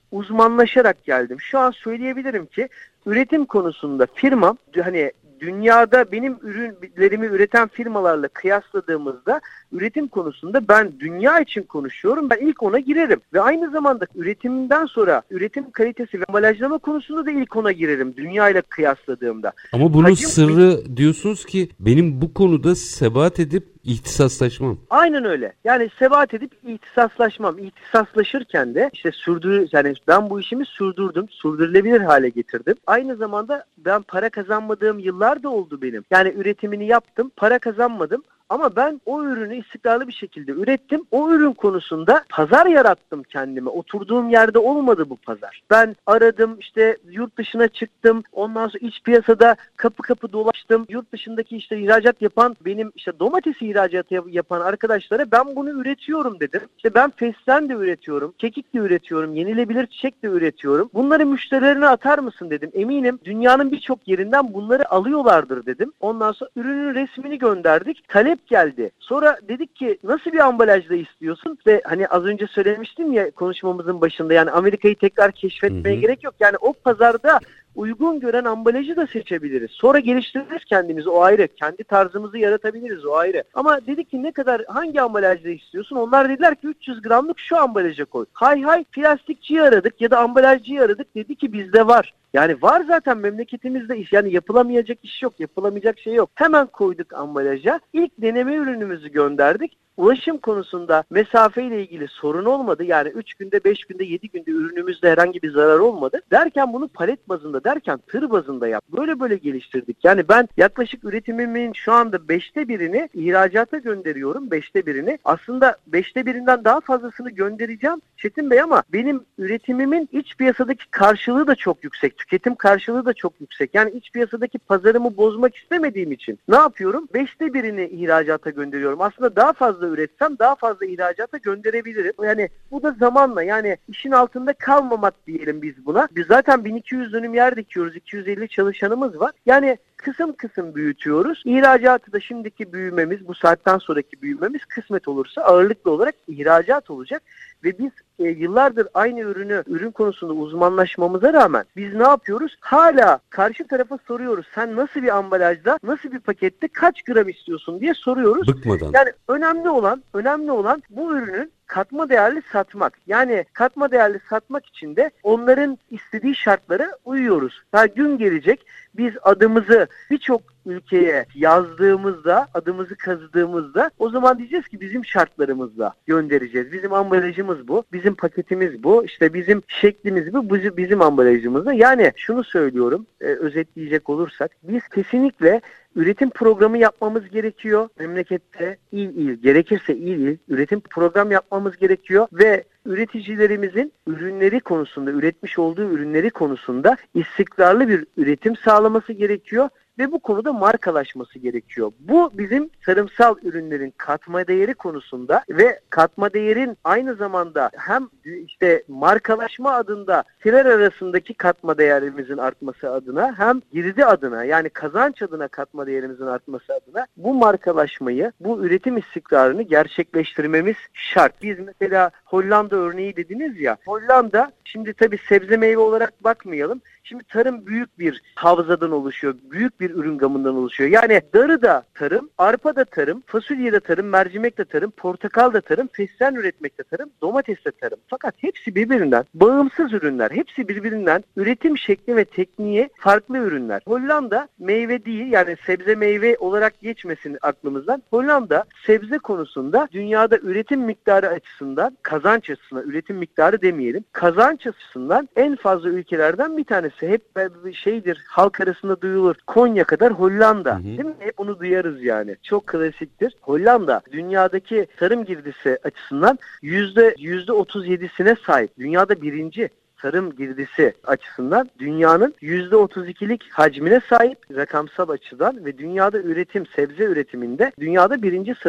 uzmanlaşarak geldim. Şu an söyleyebilirim ki üretim konusunda firmam hani dünyada benim ürünlerimi üreten firmalarla kıyasladığımızda üretim konusunda ben dünya için konuşuyorum. Ben ilk ona girerim. Ve aynı zamanda üretimden sonra üretim kalitesi ve ambalajlama konusunda da ilk ona girerim. Dünya ile kıyasladığımda. Ama bunun Hacim, sırrı diyorsunuz ki benim bu konuda sebat edip ihtisaslaşmam. Aynen öyle. Yani sebat edip ihtisaslaşmam. İhtisaslaşırken de işte sürdür, yani ben bu işimi sürdürdüm. Sürdürülebilir hale getirdim. Aynı zamanda ben para kazanmadığım yıllar da oldu benim. Yani üretimini yaptım, para kazanmadım. Ama ben o ürünü istikrarlı bir şekilde ürettim. O ürün konusunda pazar yarattım kendime. Oturduğum yerde olmadı bu pazar. Ben aradım, işte yurt dışına çıktım. Ondan sonra iç piyasada kapı kapı dolaştım. Yurt dışındaki işte ihracat yapan, benim işte domatesi ihracatı yapan arkadaşlara ben bunu üretiyorum dedim. İşte ben fesleğen de üretiyorum, kekik de üretiyorum, yenilebilir çiçek de üretiyorum. Bunları müşterilerine atar mısın dedim. Eminim dünyanın birçok yerinden bunları alıyorlardır dedim. Ondan sonra ürünün resmini gönderdik. Talep geldi. Sonra dedik ki nasıl bir ambalajda istiyorsun? Ve hani az önce söylemiştim ya konuşmamızın başında, yani Amerika'yı tekrar keşfetmeye hı hı. gerek yok. Yani o pazarda uygun gören ambalajı da seçebiliriz. Sonra geliştiririz kendimizi, o ayrı. Kendi tarzımızı yaratabiliriz, o ayrı. Ama dedik ki ne kadar, hangi ambalajda istiyorsun? Onlar dediler ki üç yüz gramlık şu ambalaja koy. Hay hay plastikçiyi aradık ya da ambalajcıyı aradık. Dedi ki bizde var. Yani var zaten memleketimizde iş. Yani yapılamayacak iş yok, yapılamayacak şey yok. Hemen koyduk ambalaja. İlk deneme ürünümüzü gönderdik. Ulaşım konusunda mesafeyle ilgili sorun olmadı. Yani üç günde, beş günde, yedi günde ürünümüzde herhangi bir zarar olmadı. Derken bunu palet bazında, derken tır bazında yap. Böyle böyle geliştirdik. Yani ben yaklaşık üretimimin şu anda beşte birini ihracata gönderiyorum. Beşte birini. Aslında beşte birinden daha fazlasını göndereceğim Çetin Bey, ama benim üretimimin iç piyasadaki karşılığı da çok yüksek. Tüketim karşılığı da çok yüksek. Yani iç piyasadaki pazarımı bozmak istemediğim için ne yapıyorum? Beşte birini ihracata gönderiyorum. Aslında daha fazla üretsem daha fazla ihracata gönderebilirim. Yani bu da zamanla, yani işin altında kalmamak diyelim biz buna. Biz zaten bin iki yüz dönüm yer dikiyoruz. iki yüz elli çalışanımız var. Yani kısım kısım büyütüyoruz. İhracatı da şimdiki büyümemiz, bu saatten sonraki büyümemiz kısmet olursa ağırlıklı olarak ihracat olacak. Ve biz e, yıllardır aynı ürünü, ürün konusunda uzmanlaşmamıza rağmen biz ne yapıyoruz? Hala karşı tarafa soruyoruz. Sen nasıl bir ambalajda, nasıl bir pakette kaç gram istiyorsun diye soruyoruz. Bıkmadan. Yani önemli olan, önemli olan bu ürünün katma değerli satmak. Yani katma değerli satmak için de onların istediği şartlara uyuyoruz. Daha gün gelecek, biz adımızı birçok ülkeye yazdığımızda, adımızı kazıdığımızda o zaman diyeceğiz ki bizim şartlarımızla göndereceğiz. Bizim ambalajımız bu, bizim paketimiz bu, işte bizim şeklimiz bu, bizim, bizim ambalajımız da. Yani şunu söylüyorum, e, özetleyecek olursak, biz kesinlikle üretim programı yapmamız gerekiyor. Memlekette il il, gerekirse il il üretim program yapmamız gerekiyor ve üreticilerimizin ürünleri konusunda, üretmiş olduğu ürünleri konusunda istikrarlı bir üretim sağlaması gerekiyor ve bu konuda markalaşması gerekiyor. Bu bizim tarımsal ürünlerin katma değeri konusunda ve katma değerin aynı zamanda hem işte markalaşma adında filer arasındaki katma değerimizin artması adına hem girdi adına, yani kazanç adına katma değerimizin artması adına bu markalaşmayı, bu üretim istikrarını gerçekleştirmemiz şart. Biz mesela Hollanda örneği dediniz ya, Hollanda şimdi tabii sebze meyve olarak bakmayalım. Şimdi tarım büyük bir havzadan oluşuyor. Büyük bir ürün gamından oluşuyor. Yani darı da tarım, arpa da tarım, fasulye de tarım, mercimek de tarım, portakal da tarım, fesleğen üretmek de tarım, domates de tarım. Fakat hepsi birbirinden bağımsız ürünler. Hepsi birbirinden üretim şekli ve tekniği farklı ürünler. Hollanda meyve değil, yani sebze meyve olarak geçmesin aklımızdan. Hollanda sebze konusunda dünyada üretim miktarı açısından, kazanç açısından, üretim miktarı demeyelim, kazanç açısından en fazla ülkelerden bir tanesi. Hep şeydir, halk arasında duyulur. Konya kadar Hollanda. Hı hı. Değil mi? Hep onu duyarız yani. Çok klasiktir. Hollanda dünyadaki tarım girdisi açısından yüzde yüzde otuz yedisine sahip. Dünyada birinci tarım girdisi açısından dünyanın yüzde otuz ikilik hacmine sahip rakamsal açıdan ve dünyada üretim, sebze üretiminde dünyada birinci sırada.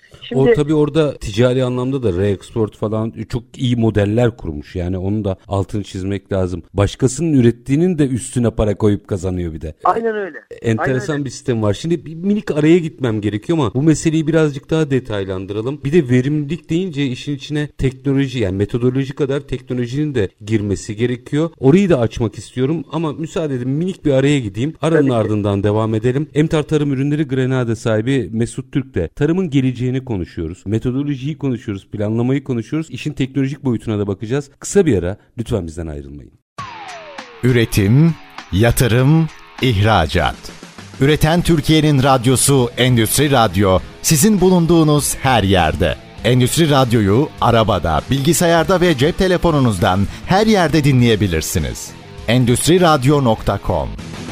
Şimdi, o tabii orada ticari anlamda da re-export falan çok iyi modeller kurmuş. Yani onun da altını çizmek lazım. Başkasının ürettiğinin de üstüne para koyup kazanıyor bir de. Aynen öyle. Enteresan Aynen öyle. bir sistem var. Şimdi bir minik araya gitmem gerekiyor ama bu meseleyi birazcık daha detaylandıralım. Bir de verimlilik deyince işin içine teknoloji, yani metodoloji kadar teknolojinin de girmesi gerekiyor. Orayı da açmak istiyorum ama müsaade edin minik bir araya gideyim. Aranın ardından devam edelim. Emtar Tarım Ürünleri Grenade sahibi Mesut Türk'le tarımın geleceğini konuşuyoruz. Metodolojiyi konuşuyoruz, planlamayı konuşuyoruz. İşin teknolojik boyutuna da bakacağız. Kısa bir ara, lütfen bizden ayrılmayın. Üretim, yatırım, ihracat. Üreten Türkiye'nin radyosu Endüstri Radyo, sizin bulunduğunuz her yerde. Endüstri Radyo'yu arabada, bilgisayarda ve cep telefonunuzdan her yerde dinleyebilirsiniz. endüstri radyo nokta com.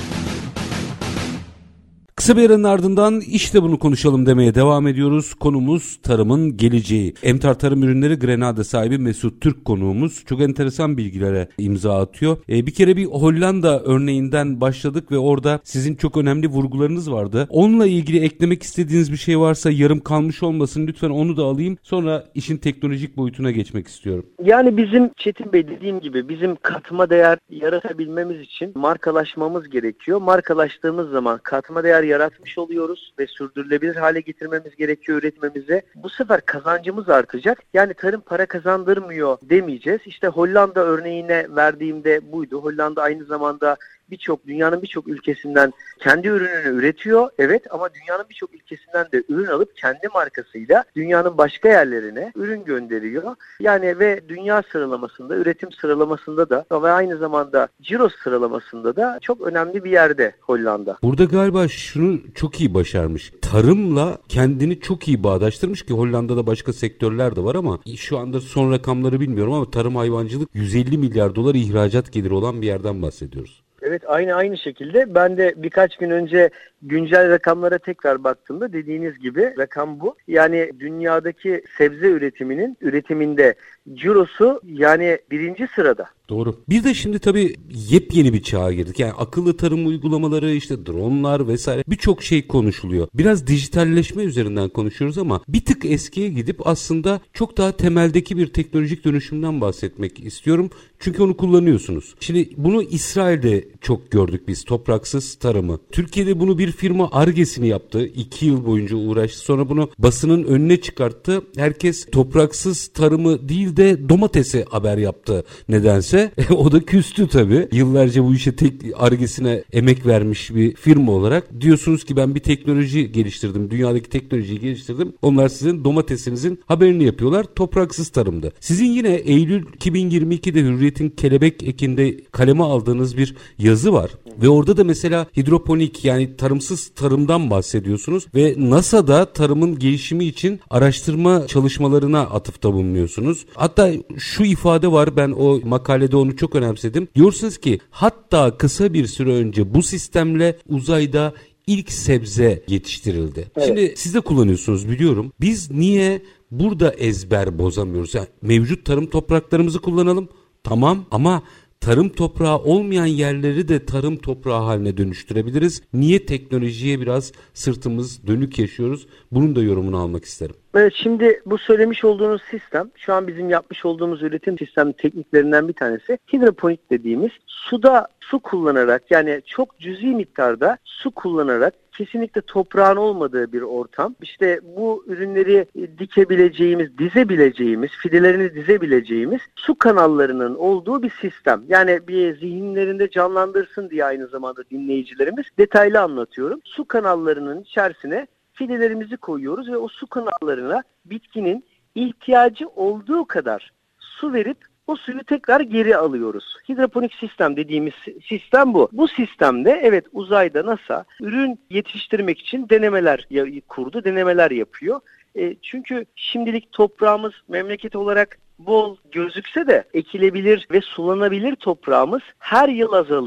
Kısa bir aranın ardından işte bunu konuşalım demeye devam ediyoruz. Konumuz tarımın geleceği. Emtar Tarım Ürünleri Grenade sahibi Mesut Türk konuğumuz. Çok enteresan bilgilere imza atıyor. Ee, bir kere bir Hollanda örneğinden başladık ve orada sizin çok önemli vurgularınız vardı. Onunla ilgili eklemek istediğiniz bir şey varsa yarım kalmış olmasın. Lütfen onu da alayım. Sonra işin teknolojik boyutuna geçmek istiyorum. Yani bizim Çetin Bey dediğim gibi bizim katma değer yaratabilmemiz için markalaşmamız gerekiyor. Markalaştığımız zaman katma değer yaratmış oluyoruz ve sürdürülebilir hale getirmemiz gerekiyor üretmemize. Bu sefer kazancımız artacak. Yani tarım para kazandırmıyor demeyeceğiz. İşte Hollanda örneğine verdiğimde buydu. Hollanda aynı zamanda birçok dünyanın birçok ülkesinden kendi ürününü üretiyor. Evet, ama dünyanın birçok ülkesinden de ürün alıp kendi markasıyla dünyanın başka yerlerine ürün gönderiyor. Yani ve dünya sıralamasında, üretim sıralamasında da ve aynı zamanda ciro sıralamasında da çok önemli bir yerde Hollanda. Burada galiba şunu çok iyi başarmış. Tarımla kendini çok iyi bağdaştırmış ki Hollanda'da başka sektörler de var ama şu anda son rakamları bilmiyorum ama tarım hayvancılık yüz elli milyar dolar ihracat geliri olan bir yerden bahsediyoruz. Evet, aynı aynı şekilde ben de birkaç gün önce güncel rakamlara tekrar baktığımda dediğiniz gibi rakam bu. Yani dünyadaki sebze üretiminin üretiminde cirosu yani birinci sırada. Doğru. Bir de şimdi tabii yepyeni bir çağa girdik. Yani akıllı tarım uygulamaları, işte dronlar vesaire birçok şey konuşuluyor. Biraz dijitalleşme üzerinden konuşuyoruz ama bir tık eskiye gidip aslında çok daha temeldeki bir teknolojik dönüşümden bahsetmek istiyorum. Çünkü onu kullanıyorsunuz. Şimdi bunu İsrail'de çok gördük biz, topraksız tarımı. Türkiye'de bunu bir firma Ar-Ge'sini yaptı. iki yıl boyunca uğraştı. Sonra bunu basının önüne çıkarttı. Herkes topraksız tarımı değil de domatesi haber yaptı nedense. O da küstü tabii. Yıllarca bu işe tek Ar-Ge'sine emek vermiş bir firma olarak. Diyorsunuz ki ben bir teknoloji geliştirdim. Dünyadaki teknolojiyi geliştirdim. Onlar sizin domatesinizin haberini yapıyorlar. Topraksız tarımda. Sizin yine Eylül iki bin yirmi ikide Hürriyet'in Kelebek Ekin'de kaleme aldığınız bir yazı var. Ve orada da mesela hidroponik, yani tarımsız tarımdan bahsediyorsunuz. Ve NASA'da tarımın gelişimi için araştırma çalışmalarına atıfta bulunuyorsunuz. Hatta şu ifade var, ben o makalede onu çok önemsedim. Diyorsunuz ki hatta kısa bir süre önce bu sistemle uzayda ilk sebze yetiştirildi. Evet. Şimdi siz de kullanıyorsunuz biliyorum. Biz niye burada ezber bozamıyoruz? Yani mevcut tarım topraklarımızı kullanalım. Tamam, ama tarım toprağı olmayan yerleri de tarım toprağı haline dönüştürebiliriz. Niye teknolojiye biraz sırtımız dönük yaşıyoruz? Bunun da yorumunu almak isterim. Evet, şimdi bu söylemiş olduğunuz sistem şu an bizim yapmış olduğumuz üretim sistem tekniklerinden bir tanesi. Hidroponik dediğimiz suda su kullanarak, yani çok cüzi miktarda su kullanarak kesinlikle toprağın olmadığı bir ortam. İşte bu ürünleri dikebileceğimiz, dizebileceğimiz, fidelerini dizebileceğimiz su kanallarının olduğu bir sistem. Yani bir zihinlerinde canlandırsın diye aynı zamanda dinleyicilerimiz detaylı anlatıyorum. Su kanallarının içerisine fidelerimizi koyuyoruz ve o su kanallarına bitkinin ihtiyacı olduğu kadar su verip o suyu tekrar geri alıyoruz. Hidroponik sistem dediğimiz sistem bu. Bu sistemde evet uzayda NASA ürün yetiştirmek için denemeler kurdu, denemeler yapıyor. E, çünkü şimdilik toprağımız memleket olarak bol gözükse de ekilebilir ve sulanabilir toprağımız her yıl azalıyor.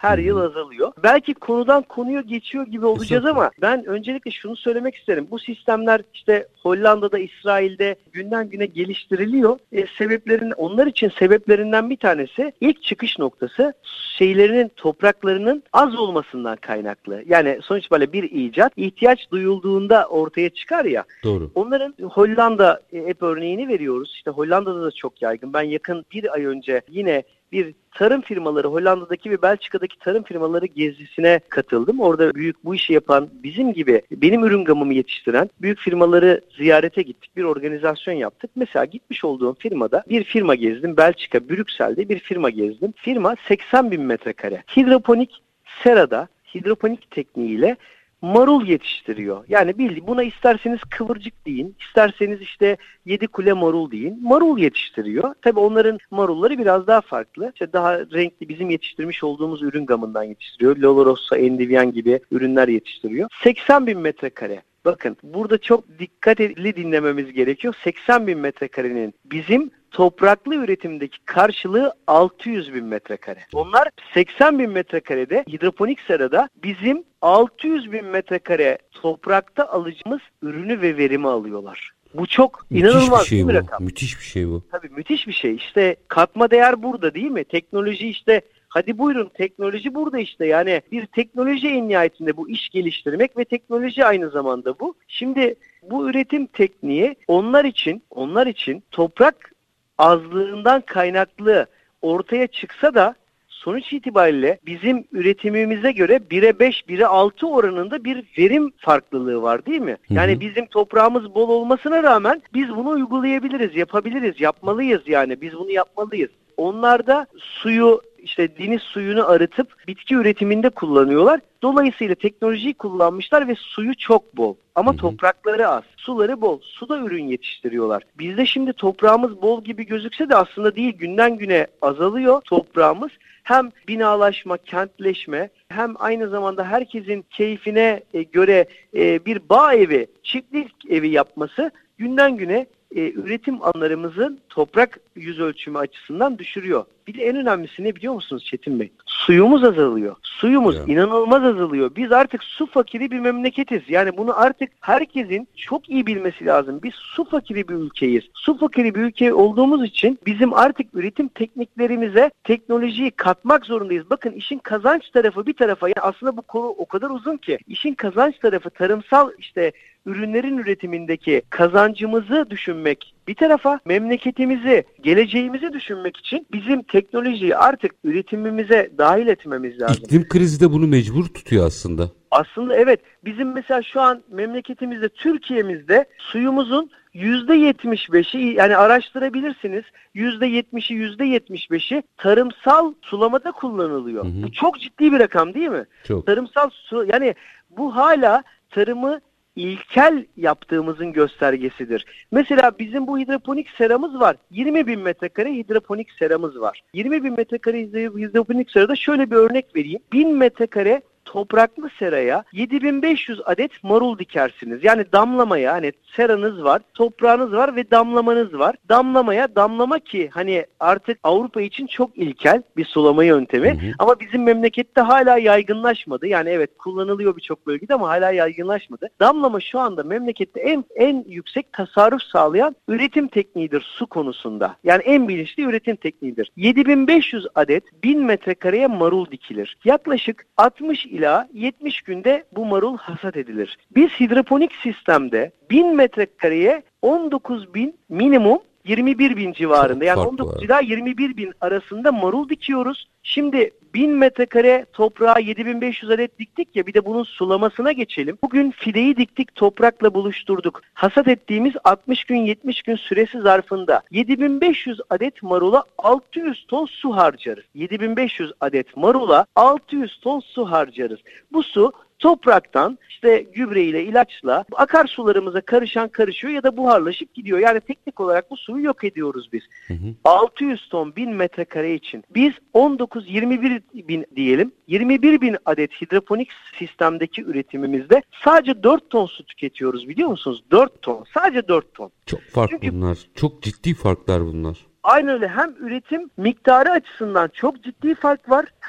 Her Hı-hı. yıl azalıyor. Belki konudan konuya geçiyor gibi olacağız ama ben öncelikle şunu söylemek isterim. Bu sistemler işte Hollanda'da, İsrail'de günden güne geliştiriliyor. E, sebeplerin, onlar için sebeplerinden bir tanesi, ilk çıkış noktası şeylerinin, topraklarının az olmasından kaynaklı. Yani sonuç böyle bir icat ihtiyaç duyulduğunda ortaya çıkar ya. Doğru. Onların Hollanda e, hep örneğini veriyoruz. İşte Hollanda'da da çok yaygın. Ben yakın bir ay önce yine bir tarım firmaları, Hollanda'daki ve Belçika'daki tarım firmaları gezisine katıldım. Orada büyük bu işi yapan, bizim gibi benim ürün gamımı yetiştiren büyük firmaları ziyarete gittik. Bir organizasyon yaptık. Mesela gitmiş olduğum firmada bir firma gezdim. Belçika, Brüksel'de bir firma gezdim. Firma seksen bin metrekare. Hidroponik serada, hidroponik tekniğiyle marul yetiştiriyor. Yani bildiğin, buna isterseniz kıvırcık deyin, isterseniz işte yedi kule marul deyin. Marul yetiştiriyor. Tabii onların marulları biraz daha farklı. İşte daha renkli, bizim yetiştirmiş olduğumuz ürün gamından yetiştiriyor. Lolo Rosso, Endivian gibi ürünler yetiştiriyor. seksen bin metrekare. Bakın burada çok dikkatli dinlememiz gerekiyor. seksen bin metrekarenin bizim topraklı üretimdeki karşılığı altı yüz bin metrekare. Onlar seksen bin metrekarede hidroponik serada bizim altı yüz bin metrekare toprakta alacağımız ürünü ve verimi alıyorlar. Bu çok müthiş inanılmaz bir, şey bir rakam. Müthiş bir şey bu. Tabii müthiş bir şey. İşte katma değer burada değil mi? Teknoloji işte, hadi buyurun, teknoloji burada işte. Yani bir teknoloji en nihayetinde bu iş geliştirmek ve teknoloji aynı zamanda bu. Şimdi bu üretim tekniği onlar için, onlar için toprak azlığından kaynaklı ortaya çıksa da sonuç itibariyle bizim üretimimize göre bire beş, bire altı oranında bir verim farklılığı var değil mi? Hı hı. Yani bizim toprağımız bol olmasına rağmen biz bunu uygulayabiliriz, yapabiliriz, yapmalıyız yani. Biz bunu yapmalıyız. Onlarda suyu, işte deniz suyunu arıtıp bitki üretiminde kullanıyorlar. Dolayısıyla teknolojiyi kullanmışlar ve suyu çok bol. Ama hı hı. toprakları az. Suları bol. Suda ürün yetiştiriyorlar. Bizde şimdi toprağımız bol gibi gözükse de aslında değil. Günden güne azalıyor toprağımız. Hem binalaşma, kentleşme, hem aynı zamanda herkesin keyfine göre bir bağ evi, çiftlik evi yapması günden güne e, üretim alanlarımızın toprak yüz ölçümü açısından düşürüyor. Bir de en önemlisi ne biliyor musunuz Çetin Bey? Suyumuz azalıyor. Suyumuz ya. inanılmaz azalıyor. Biz artık su fakiri bir memleketiz. Yani bunu artık herkesin çok iyi bilmesi lazım. Biz su fakiri bir ülkeyiz. Su fakiri bir ülke olduğumuz için bizim artık üretim tekniklerimize teknolojiyi katmak zorundayız. Bakın işin kazanç tarafı bir tarafa. Yani aslında bu konu o kadar uzun ki. İşin kazanç tarafı tarımsal işte ürünlerin üretimindeki kazancımızı düşünmek bir tarafa, memleketimizi, geleceğimizi düşünmek için bizim teknolojiyi artık üretimimize dahil etmemiz lazım. İklim krizi de bunu mecbur tutuyor aslında. Aslında evet. Bizim mesela şu an memleketimizde, Türkiye'mizde suyumuzun yüzde yetmiş beşi, yani araştırabilirsiniz, yüzde yetmişi, yüzde yetmiş beşi tarımsal sulamada kullanılıyor. Hı hı. Bu çok ciddi bir rakam değil mi? Çok. Tarımsal su, yani bu hala tarımı ilkel yaptığımızın göstergesidir. Mesela bizim bu hidroponik seramız var. yirmi bin metrekare hidroponik seramız var. yirmi bin metrekare hidroponik serada şöyle bir örnek vereyim. bin metrekare topraklı seraya yedi bin beş yüz adet marul dikersiniz. Yani damlamaya, hani seranız var, toprağınız var ve damlamanız var. Damlamaya, damlama ki hani artık Avrupa için çok ilkel bir sulama yöntemi. Hı hı. Ama bizim memlekette hala yaygınlaşmadı. Yani evet kullanılıyor birçok bölgede ama hala yaygınlaşmadı. Damlama şu anda memlekette en en yüksek tasarruf sağlayan üretim tekniğidir su konusunda. Yani en bilinçli üretim tekniğidir. yedi bin beş yüz adet bin metrekareye marul dikilir. Yaklaşık altmış ila yetmiş günde bu marul hasat edilir. Biz hidroponik sistemde bin metrekareye on dokuz bin minimum yirmi bir bin civarında, yani on dokuz ila yirmi bir bin arasında marul dikiyoruz. Şimdi bin metrekare toprağa yedi bin beş yüz adet diktik ya, bir de bunun sulamasına geçelim. Bugün fideyi diktik, toprakla buluşturduk. Hasat ettiğimiz altmış gün yetmiş gün süresi zarfında yedi bin beş yüz adet marula altı yüz ton su harcarız. yedi bin beş yüz adet marula altı yüz ton su harcarız. Bu su topraktan işte gübreyle, ilaçla akarsularımıza karışan karışıyor ya da buharlaşıp gidiyor. Yani teknik olarak bu suyu yok ediyoruz biz. Hı hı. altı yüz ton bin metrekare için biz on dokuz yirmi bir bin diyelim. yirmi bir bin adet hidroponik sistemdeki üretimimizde sadece dört ton su tüketiyoruz, biliyor musunuz? dört ton. Sadece dört ton. Çok fark Çünkü bunlar. Çok ciddi farklar bunlar. Aynen öyle. Hem üretim miktarı açısından çok ciddi fark var, hem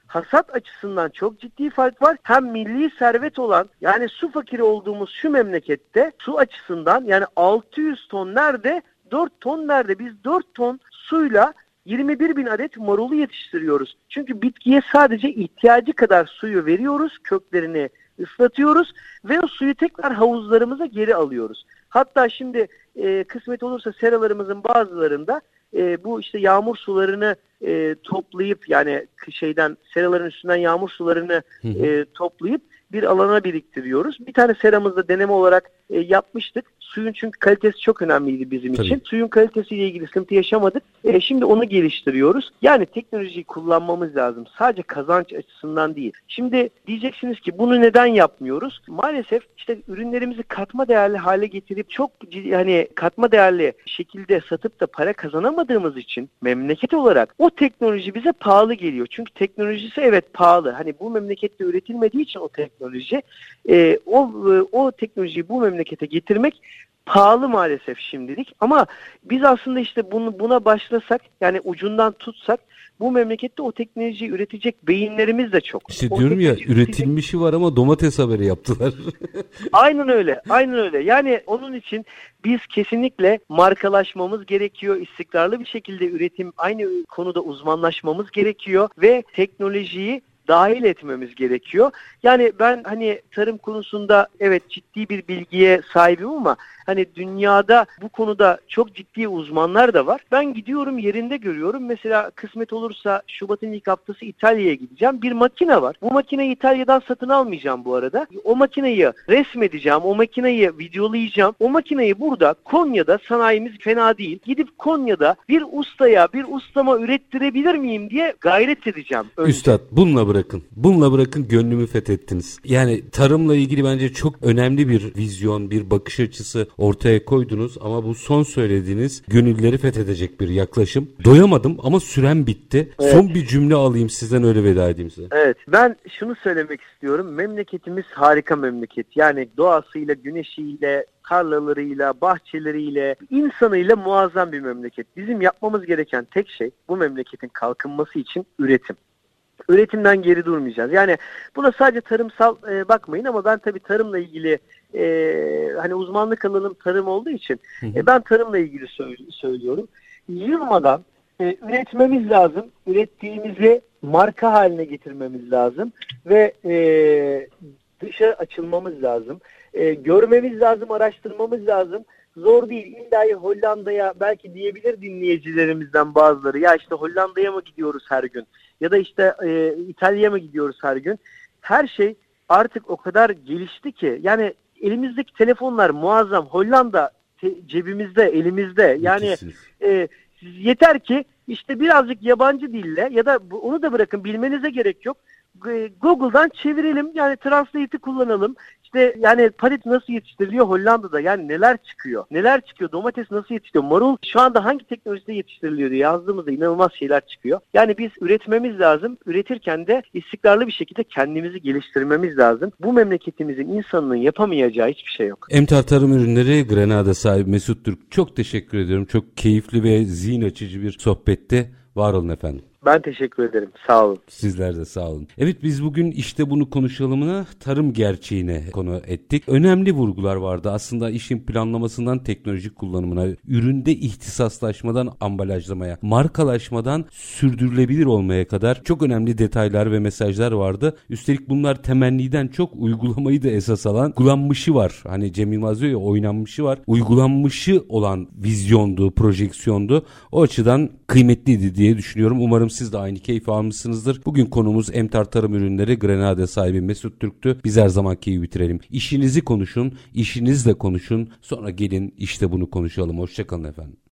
hasat açısından çok ciddi fark var. Hem milli servet olan, yani su fakiri olduğumuz şu memlekette su açısından, yani altı yüz ton nerede, dört ton nerede? Biz dört ton suyla yirmi bir bin adet marulu yetiştiriyoruz. Çünkü bitkiye sadece ihtiyacı kadar suyu veriyoruz, köklerini ıslatıyoruz ve o suyu tekrar havuzlarımıza geri alıyoruz. Hatta şimdi e, kısmet olursa seralarımızın bazılarında e, bu işte yağmur sularını e, toplayıp, yani şeyden, seraların üstünden yağmur sularını e, toplayıp bir alana biriktiriyoruz. Bir tane seramızda deneme olarak e, yapmıştık. Suyun çünkü kalitesi çok önemliydi bizim Tabii. için. Suyun kalitesiyle ilgili sıkıntı yaşamadık. E, şimdi onu geliştiriyoruz. Yani teknolojiyi kullanmamız lazım. Sadece kazanç açısından değil. Şimdi diyeceksiniz ki bunu neden yapmıyoruz? Maalesef işte ürünlerimizi katma değerli hale getirip çok hani katma değerli şekilde satıp da para kazanamadığımız için memleket olarak o teknoloji bize pahalı geliyor. Çünkü teknolojisi evet pahalı. Hani bu memlekette üretilmediği için o teknoloji, e, o o teknolojiyi bu memlekete getirmek pahalı maalesef şimdilik. Ama biz aslında işte bunu buna başlasak, yani ucundan tutsak, bu memlekette o teknolojiyi üretecek beyinlerimiz de çok. İşte O diyorum ya, teknoloji üretilmişi var ama domates haberi yaptılar. Aynen öyle, aynen öyle. Yani onun için biz kesinlikle markalaşmamız gerekiyor. İstikrarlı bir şekilde üretim, aynı konuda uzmanlaşmamız gerekiyor ve teknolojiyi dahil etmemiz gerekiyor. Yani ben hani tarım konusunda evet ciddi bir bilgiye sahibim ama hani dünyada bu konuda çok ciddi uzmanlar da var. Ben gidiyorum, yerinde görüyorum. Mesela kısmet olursa Şubat'ın ilk haftası İtalya'ya gideceğim. Bir makine var. Bu makineyi İtalya'dan satın almayacağım bu arada. O makineyi resmedeceğim. O makineyi videolayacağım. O makineyi burada Konya'da, sanayimiz fena değil, gidip Konya'da bir ustaya, bir ustama ürettirebilir miyim diye gayret edeceğim. Önce. Üstad, bununla bırakın. Bununla bırakın, gönlümü fethettiniz. Yani tarımla ilgili bence çok önemli bir vizyon, bir bakış açısı ortaya koydunuz ama bu son söylediğiniz gönülleri fethedecek bir yaklaşım. Doyamadım ama süren bitti. Evet. Son bir cümle alayım sizden, öyle veda edeyim size. Evet, ben şunu söylemek istiyorum. Memleketimiz harika memleket. Yani doğasıyla, güneşiyle, tarlalarıyla, bahçeleriyle, insanıyla muazzam bir memleket. Bizim yapmamız gereken tek şey bu memleketin kalkınması için üretim. Üretimden geri durmayacağız. Yani buna sadece tarımsal e, bakmayın ama ben tabii tarımla ilgili e, hani uzmanlık alanım tarım olduğu için e, ben tarımla ilgili söyle, söylüyorum. Yılmadan e, üretmemiz lazım. Ürettiğimizi marka haline getirmemiz lazım ve e, dışa açılmamız lazım. E, görmemiz lazım, araştırmamız lazım. Zor değil. İlla Hollanda'ya belki diyebilir dinleyicilerimizden bazıları. Ya işte Hollanda'ya mı gidiyoruz her gün? Ya da işte e, İtalya'ya mı gidiyoruz her gün? Her şey artık o kadar gelişti ki. Yani elimizdeki telefonlar muazzam. Hollanda te- cebimizde, elimizde. Yani e, yeter ki işte birazcık yabancı dille ya da bu, onu da bırakın, bilmenize gerek yok. Google'dan çevirelim, yani Translate'i kullanalım. İşte yani parit nasıl yetiştiriliyor Hollanda'da, yani neler çıkıyor, neler çıkıyor, domates nasıl yetiştiriyor, marul şu anda hangi teknolojide yetiştiriliyor diye yazdığımızda inanılmaz şeyler çıkıyor. Yani biz üretmemiz lazım, üretirken de istikrarlı bir şekilde kendimizi geliştirmemiz lazım. Bu memleketimizin insanının yapamayacağı hiçbir şey yok. Emtar Tarım Ürünleri Granada sahibi Mesut Türk, çok teşekkür ediyorum. Çok keyifli ve zihin açıcı bir sohbetti. Var olun efendim. Ben teşekkür ederim. Sağ olun. Sizler de sağ olun. Evet, biz bugün işte bunu konuşalımına tarım gerçeğine konu ettik. Önemli vurgular vardı. Aslında işin planlamasından teknolojik kullanımına, üründe ihtisaslaşmadan ambalajlamaya, markalaşmadan sürdürülebilir olmaya kadar çok önemli detaylar ve mesajlar vardı. Üstelik bunlar temenniden çok uygulamayı da esas alan, uygulanmışı var. Hani Cem Yılmaz diyor ya, oynanmışı var. Uygulanmışı olan vizyondu, projeksiyondu. O açıdan kıymetliydi diye düşünüyorum. Umarım siz de aynı keyif almışsınızdır. Bugün konumuz Emtar Tarım Ürünleri Granada sahibi Mesut Türk'tü. Biz her zamanki gibi bitirelim. İşinizi konuşun, işinizle konuşun. Sonra gelin işte bunu konuşalım. Hoşçakalın efendim.